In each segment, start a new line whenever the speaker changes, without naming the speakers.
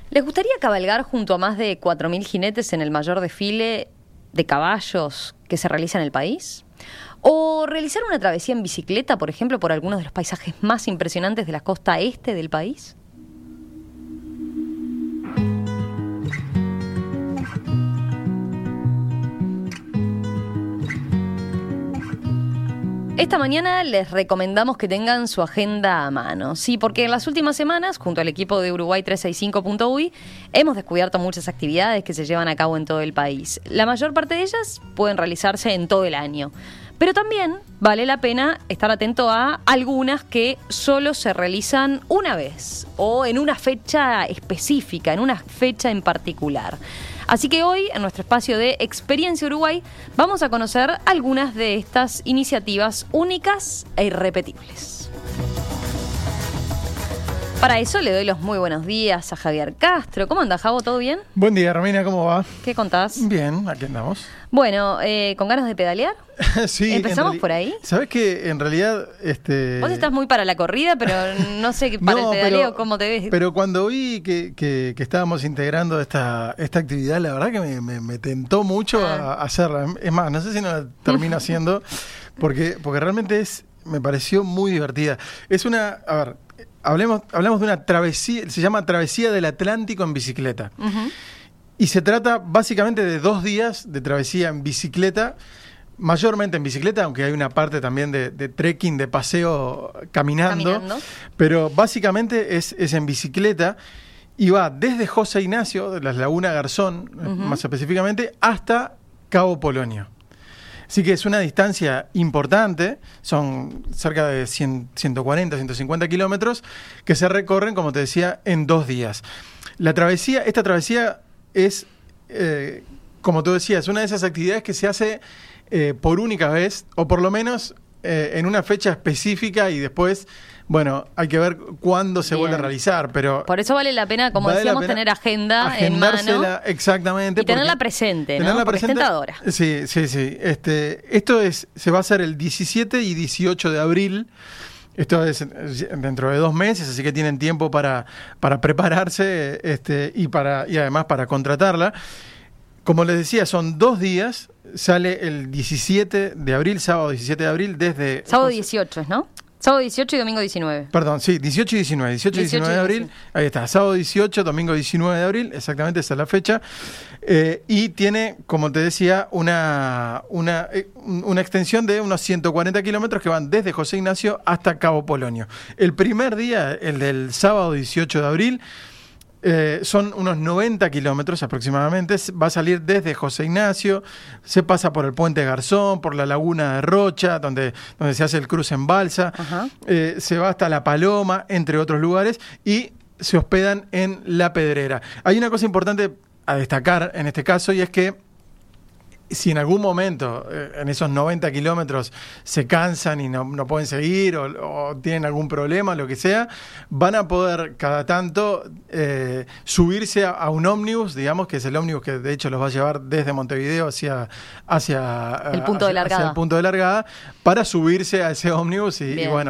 ¿Les gustaría cabalgar junto a más de 4.000 jinetes en el mayor desfile de caballos que se realiza en el país? ¿O realizar una travesía en bicicleta, por ejemplo, por algunos de los paisajes más impresionantes de la costa este del país? Esta mañana les recomendamos que tengan su agenda a mano. Sí, porque en las últimas semanas, junto al equipo de Uruguay 365.uy, hemos descubierto muchas actividades que se llevan a cabo en todo el país. La mayor parte de ellas pueden realizarse en todo el año. Pero también vale la pena estar atento a algunas que solo se realizan una vez o en una fecha específica, en una fecha en particular. Así que hoy, en nuestro espacio de Experiencia Uruguay, vamos a conocer algunas de estas iniciativas únicas e irrepetibles. Para eso le doy los muy buenos días a Javier Castro. ¿Cómo anda, Javo? ¿Todo bien?
Buen día, Romina, ¿cómo va?
¿Qué contás?
Bien, aquí andamos.
Bueno, ¿con ganas de pedalear?
Sí.
¿Empezamos por ahí?
¿Sabés que en realidad...
Vos estás muy para la corrida, pero no sé, para el pedaleo, ¿cómo te ves?
Pero cuando vi que estábamos integrando esta actividad, la verdad que me tentó mucho a hacerla. Es más, no sé si no la termino haciendo, porque realmente me pareció muy divertida. Es una... A ver... Hablamos de una travesía, se llama Travesía del Atlántico en bicicleta. Uh-huh. Y se trata básicamente de 2 días de travesía en bicicleta, mayormente en bicicleta, aunque hay una parte también de trekking, de paseo caminando. Pero básicamente es en bicicleta y va desde José Ignacio, de la Laguna Garzón, uh-huh, más específicamente, hasta Cabo Polonio. Así que es una distancia importante, son cerca de 140, 150 kilómetros, que se recorren, como te decía, en 2 días. Esta travesía es, como tú decías, una de esas actividades que se hace por única vez, o por lo menos en una fecha específica y después... Bueno, hay que ver cuándo se vuelve a realizar, pero...
Por eso vale la pena, como decíamos, tener agenda en mano.
Exactamente.
Y tenerla presente, ¿no? Porque es tentadora.
Sí. Esto se va a hacer el 17 y 18 de abril. Esto es dentro de 2 meses, así que tienen tiempo para prepararse y además para contratarla. Como les decía, son 2 días. Sale el 17 de abril, sábado 17 de abril, desde...
Sábado 18, ¿no? Sábado 18 y domingo 19.
Perdón, sí, 18 y 19. 18 y 19 de abril. Ahí está, sábado 18, domingo 19 de abril. Exactamente, esa es la fecha. Y tiene, como te decía, una extensión de unos 140 kilómetros que van desde José Ignacio hasta Cabo Polonio. El primer día, el del sábado 18 de abril, son unos 90 kilómetros aproximadamente. Va a salir desde José Ignacio, se pasa por el Puente Garzón, por la Laguna de Rocha, donde se hace el cruce en balsa, se va hasta La Paloma, entre otros lugares, y se hospedan en La Pedrera. Hay una cosa importante a destacar en este caso, y es que si en algún momento en esos 90 kilómetros se cansan y no pueden seguir o tienen algún problema, lo que sea, van a poder cada tanto subirse a un ómnibus, digamos, que es el ómnibus que de hecho los va a llevar desde Montevideo hacia
el punto de largada.
Hacia el punto de largada, para subirse a ese ómnibus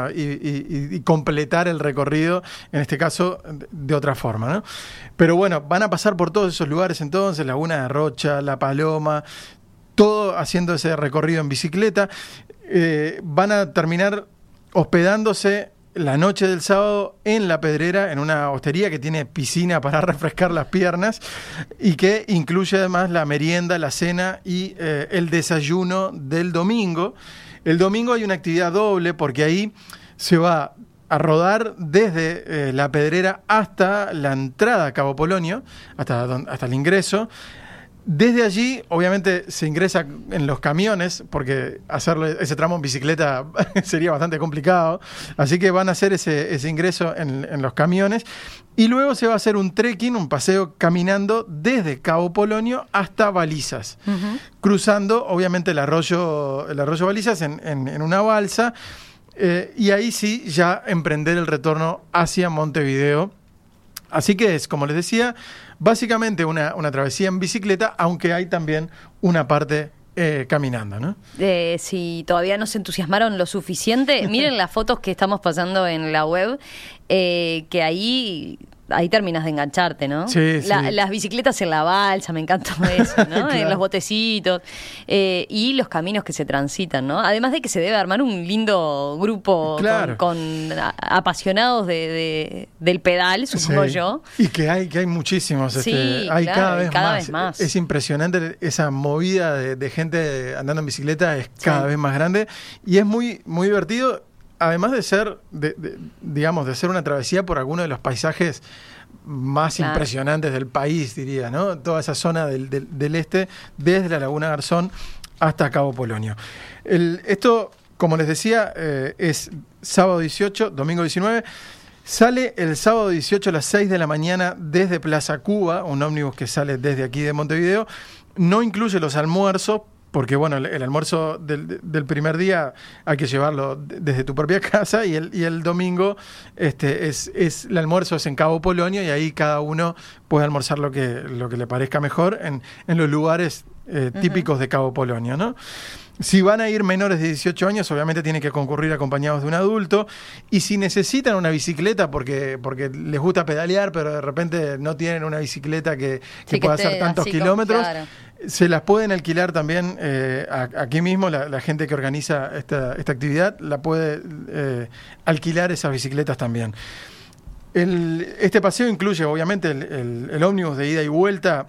y completar el recorrido, en este caso, de otra forma, ¿no? Pero bueno, van a pasar por todos esos lugares entonces, Laguna de Rocha, La Paloma, todo haciendo ese recorrido en bicicleta. Van a terminar hospedándose la noche del sábado en La Pedrera, en una hostería que tiene piscina para refrescar las piernas y que incluye además la merienda, la cena y el desayuno del domingo. El domingo hay una actividad doble porque ahí se va a rodar desde La Pedrera hasta la entrada a Cabo Polonio, hasta el ingreso. Desde allí, obviamente, se ingresa en los camiones, porque hacerlo ese tramo en bicicleta sería bastante complicado. Así que van a hacer ese ingreso en los camiones. Y luego se va a hacer un trekking, un paseo caminando desde Cabo Polonio hasta Balizas. Uh-huh. Cruzando, obviamente, el arroyo Balizas en una balsa. Y ahí sí, ya emprender el retorno hacia Montevideo. Así que es, como les decía, básicamente una travesía en bicicleta, aunque hay también una parte caminando, ¿no?
Si todavía no se entusiasmaron lo suficiente, miren las fotos que estamos pasando en la web, que ahí ahí terminas de engancharte, ¿no?
Sí, sí.
Las bicicletas en la balsa, me encantó eso, ¿no?
Claro.
En los botecitos y los caminos que se transitan, ¿no? Además de que se debe armar un lindo grupo
Claro.
con apasionados del pedal, supongo
Sí.
yo.
Y que hay muchísimos.
Sí,
hay
claro,
cada vez más. Es impresionante esa movida de gente andando en bicicleta, es cada vez más grande y es muy, muy divertido. Además de ser, digamos, de ser una travesía por alguno de los paisajes más impresionantes del país, diría, ¿no? Toda esa zona del este, desde la Laguna Garzón hasta Cabo Polonio. Esto, como les decía, es sábado 18, domingo 19. Sale el sábado 18 a las 6 de la mañana desde Plaza Cuba, un ómnibus que sale desde aquí de Montevideo. No incluye los almuerzos, porque bueno, el almuerzo del primer día hay que llevarlo desde tu propia casa y el domingo el almuerzo es en Cabo Polonio y ahí cada uno puede almorzar lo que le parezca mejor en los lugares típicos de Cabo Polonio, ¿no? Si van a ir menores de 18 años, obviamente tienen que concurrir acompañados de un adulto. Y si necesitan una bicicleta porque les gusta pedalear, pero de repente no tienen una bicicleta que pueda hacer tantos kilómetros, claro, se las pueden alquilar también aquí mismo. La gente que organiza esta actividad la puede alquilar esas bicicletas también. Este paseo incluye, obviamente, el ómnibus de ida y vuelta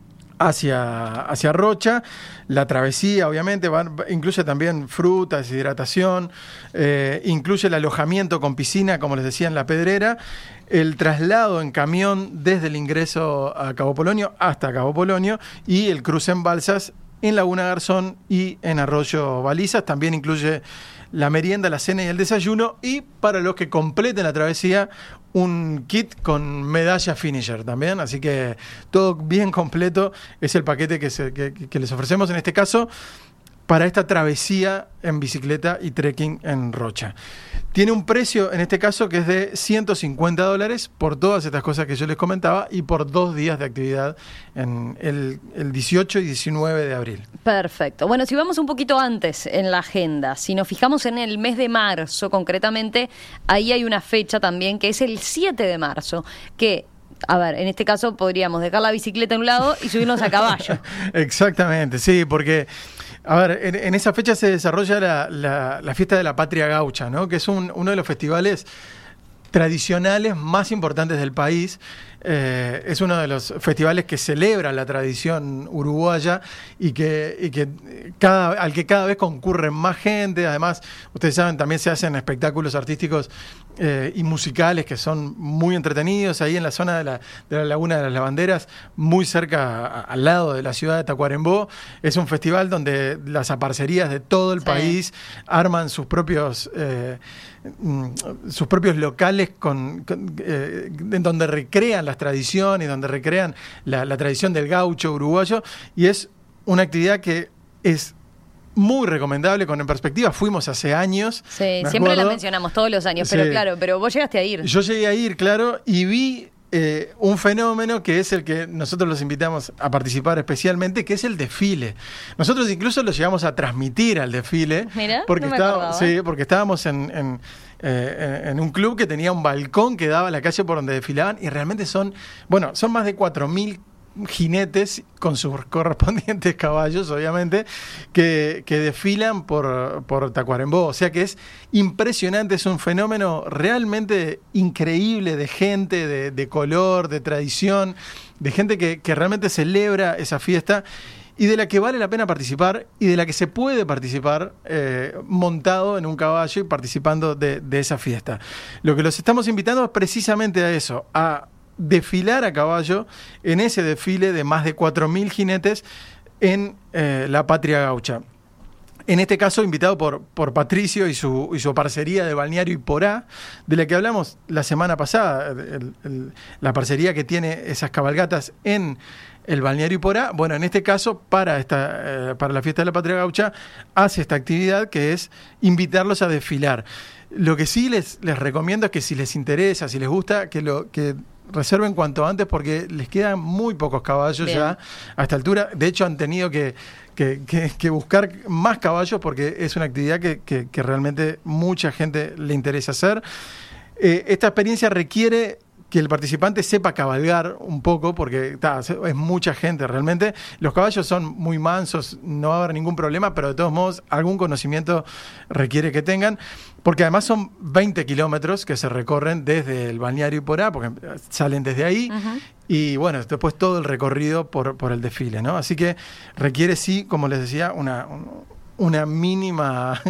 hacia Rocha, la travesía, obviamente, incluye también frutas, hidratación, incluye el alojamiento con piscina, como les decía, en La Pedrera, el traslado en camión desde el ingreso a Cabo Polonio hasta Cabo Polonio y el cruce en balsas en Laguna Garzón y en Arroyo Balizas. También incluye la merienda, la cena y el desayuno, y para los que completen la travesía, un kit con medalla finisher también, así que todo bien completo es el paquete que les ofrecemos en este caso para esta travesía en bicicleta y trekking en Rocha. Tiene un precio en este caso que es de $150 por todas estas cosas que yo les comentaba y por 2 días de actividad en el 18 y 19 de abril.
Perfecto. Bueno, si vamos un poquito antes en la agenda, si nos fijamos en el mes de marzo concretamente, ahí hay una fecha también que es el 7 de marzo, que... A ver, en este caso podríamos dejar la bicicleta a un lado y subirnos a caballo.
Exactamente, sí, porque, a ver, en esa fecha se desarrolla la fiesta de la Patria Gaucha, ¿no? Que es uno de los festivales tradicionales más importantes del país. Es uno de los festivales que celebra la tradición uruguaya y al que cada vez concurren más gente. Además, ustedes saben, también se hacen espectáculos artísticos y musicales que son muy entretenidos ahí en la zona de la Laguna de las Lavanderas, muy cerca, al lado de la ciudad de Tacuarembó. Es un festival donde las aparcerías de todo el país arman sus propios locales en donde recrean las tradiciones, donde recrean la tradición del gaucho uruguayo, y es una actividad que es muy recomendable. En perspectiva, fuimos hace años.
Sí, siempre la mencionamos todos los años, pero claro, pero vos llegaste a ir.
Yo llegué a ir, claro, y vi un fenómeno que es el que nosotros los invitamos a participar especialmente, que es el desfile. Nosotros incluso lo llegamos a transmitir al desfile.
Mirá,
porque
no
porque estábamos en un club que tenía un balcón que daba a la calle por donde desfilaban, y realmente son más de 4.000 jinetes con sus correspondientes caballos, obviamente, que desfilan por Tacuarembó. O sea que es impresionante, es un fenómeno realmente increíble de gente, de color, de tradición, de gente que realmente celebra esa fiesta y de la que vale la pena participar y de la que se puede participar montado en un caballo y participando de esa fiesta. Lo que los estamos invitando es precisamente a eso, a desfilar a caballo en ese desfile de más de 4.000 jinetes en la Patria Gaucha. En este caso, invitado por Patricio y su parcería de Balneario Iporá, de la que hablamos la semana pasada, la parcería que tiene esas cabalgatas en el Balneario Iporá. Bueno, en este caso, para la fiesta de la Patria Gaucha, hace esta actividad que es invitarlos a desfilar. Lo que sí les recomiendo es que si les interesa, si les gusta, que reserven cuanto antes, porque les quedan muy pocos caballos. Bien. Ya a esta altura. De hecho, han tenido que buscar más caballos porque es una actividad que realmente mucha gente le interesa hacer. Esta experiencia requiere que el participante sepa cabalgar un poco, porque es mucha gente realmente. Los caballos son muy mansos, no va a haber ningún problema, pero de todos modos algún conocimiento requiere que tengan, porque además son 20 kilómetros que se recorren desde el balneario Iporá, porque salen desde ahí, y bueno, después todo el recorrido por el desfile, ¿no? Así que requiere, sí, como les decía, una mínima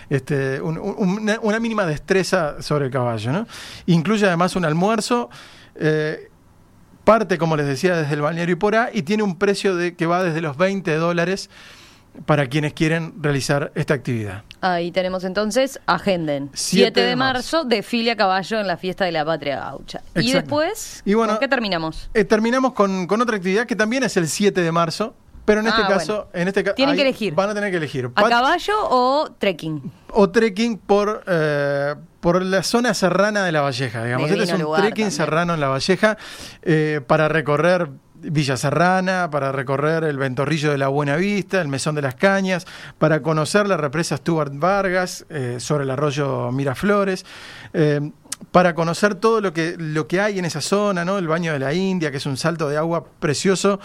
una mínima destreza sobre el caballo, ¿no? Incluye además un almuerzo, parte, como les decía, desde el balneario Iporá, y tiene un precio que va desde los $20 para quienes quieren realizar esta actividad.
Ahí tenemos entonces, agenden. 7 de marzo, desfile a caballo en la fiesta de la Patria Gaucha.
Exacto.
Y después,
bueno,
¿con qué terminamos?
Terminamos con otra actividad que también es el 7 de marzo, pero en este caso...
Tienen que elegir.
Van a tener que elegir.
¿A caballo o trekking?
O trekking por la zona serrana de La Valleja, digamos. Este es un trekking también serrano en La Valleja, para recorrer Villa Serrana, para recorrer el Ventorrillo de la Buena Vista, el Mesón de las Cañas, para conocer la represa Stuart Vargas sobre el arroyo Miraflores, para conocer todo lo que hay en esa zona, ¿no? El Baño de la India, que es un salto de agua precioso,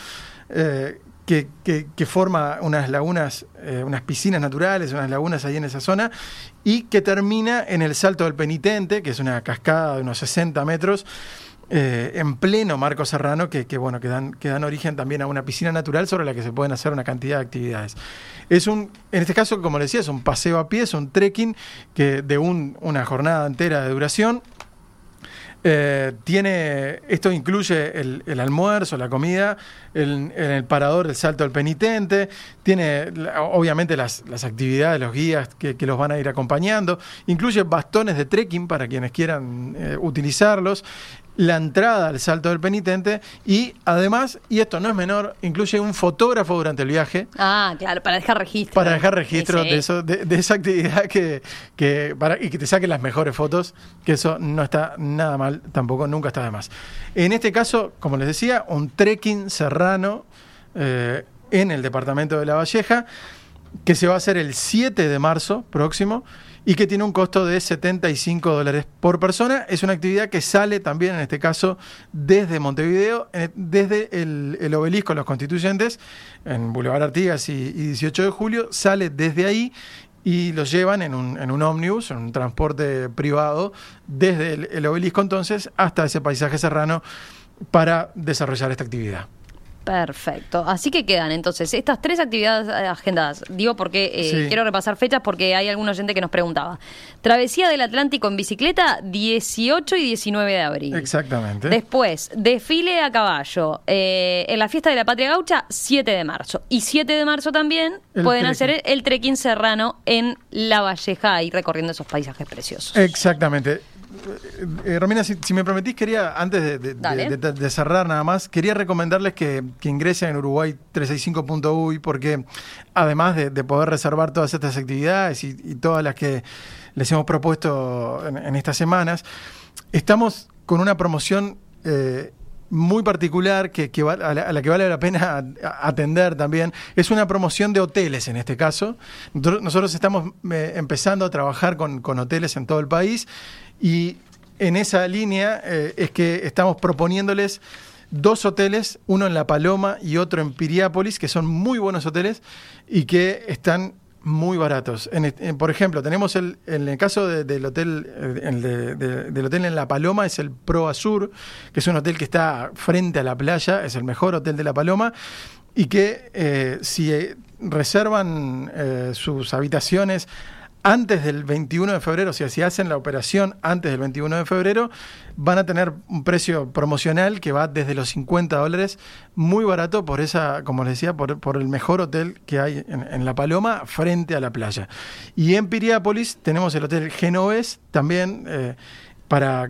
que forma unas lagunas, unas piscinas naturales, unas lagunas ahí en esa zona, y que termina en el Salto del Penitente, que es una cascada de unos 60 metros, en pleno marco serrano, que dan origen también a una piscina natural sobre la que se pueden hacer una cantidad de actividades. En este caso, como les decía, es un paseo a pie, es un trekking de una jornada entera de duración. Esto incluye el almuerzo, la comida, en el parador del Salto del Penitente, tiene obviamente las actividades, los guías que los van a ir acompañando, incluye bastones de trekking para quienes quieran utilizarlos, la entrada al Salto del Penitente, y además, y esto no es menor, incluye un fotógrafo durante el viaje.
Ah, claro, para dejar registro.
Para dejar registro de esa actividad y que te saquen las mejores fotos, que eso no está nada mal, tampoco, nunca está de más. En este caso, como les decía, un trekking serrano en el departamento de La Valleja, que se va a hacer el 7 de marzo próximo, y que tiene un costo de $75 por persona. Es una actividad que sale también, en este caso, desde Montevideo, desde el Obelisco de los Constituyentes, en Boulevard Artigas y 18 de julio, sale desde ahí y los llevan en un ómnibus, en un transporte privado, desde el Obelisco entonces hasta ese paisaje serrano para desarrollar esta actividad.
Perfecto. Así que quedan entonces estas 3 actividades agendadas. Digo porque quiero repasar fechas porque hay algún oyente que nos preguntaba. Travesía del Atlántico en bicicleta, 18 y 19 de abril.
Exactamente.
Después, desfile a caballo en la fiesta de la Patria Gaucha, 7 de marzo. Y 7 de marzo también pueden hacer el trekking serrano en La Valleja, ahí recorriendo esos paisajes preciosos.
Exactamente. Romina, si me permitís, quería, antes de cerrar nada más, quería recomendarles que ingresen en Uruguay365.uy, porque además de poder reservar todas estas actividades y todas las que les hemos propuesto en estas semanas, estamos con una promoción muy particular a la que vale la pena atender también. Es una promoción de hoteles en este caso. Nosotros estamos empezando a trabajar con hoteles en todo el país, y en esa línea es que estamos proponiéndoles 2 hoteles, uno en La Paloma y otro en Piriápolis, que son muy buenos hoteles y que están muy baratos. Por ejemplo, tenemos en el caso del hotel del hotel en La Paloma, es el Pro Azur, que es un hotel que está frente a la playa, es el mejor hotel de La Paloma, y que si reservan sus habitaciones antes del 21 de febrero, o sea, si hacen la operación antes del 21 de febrero, van a tener un precio promocional que va desde los $50, muy barato por como les decía, por el mejor hotel que hay en La Paloma, frente a la playa. Y en Piriápolis tenemos el Hotel Genovés, también para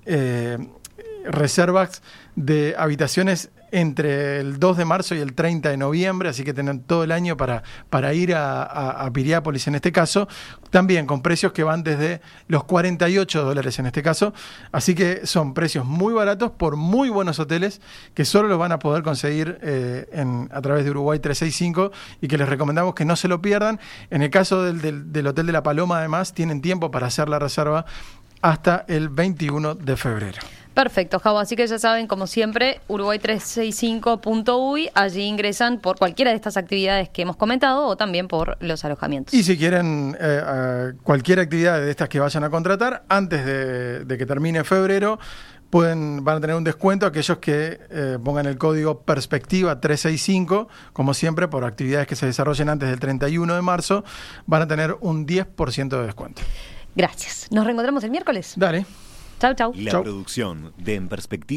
reservas de habitaciones entre el 2 de marzo y el 30 de noviembre, así que tienen todo el año para ir a Piriápolis en este caso, también con precios que van desde los $48 en este caso, así que son precios muy baratos por muy buenos hoteles que solo los van a poder conseguir a través de Uruguay 365 y que les recomendamos que no se lo pierdan. En el caso del Hotel de La Paloma, además, tienen tiempo para hacer la reserva hasta el 21 de febrero.
Perfecto, Jau. Así que ya saben, como siempre, Uruguay365.uy. Allí ingresan por cualquiera de estas actividades que hemos comentado o también por los alojamientos.
Y si quieren cualquier actividad de estas que vayan a contratar, antes de que termine febrero, van a tener un descuento aquellos que pongan el código Perspectiva 365, como siempre, por actividades que se desarrollen antes del 31 de marzo, van a tener un 10% de descuento.
Gracias. Nos reencontramos el miércoles.
Dale.
Chau, chau.
La
Chau.
producción de En Perspectiva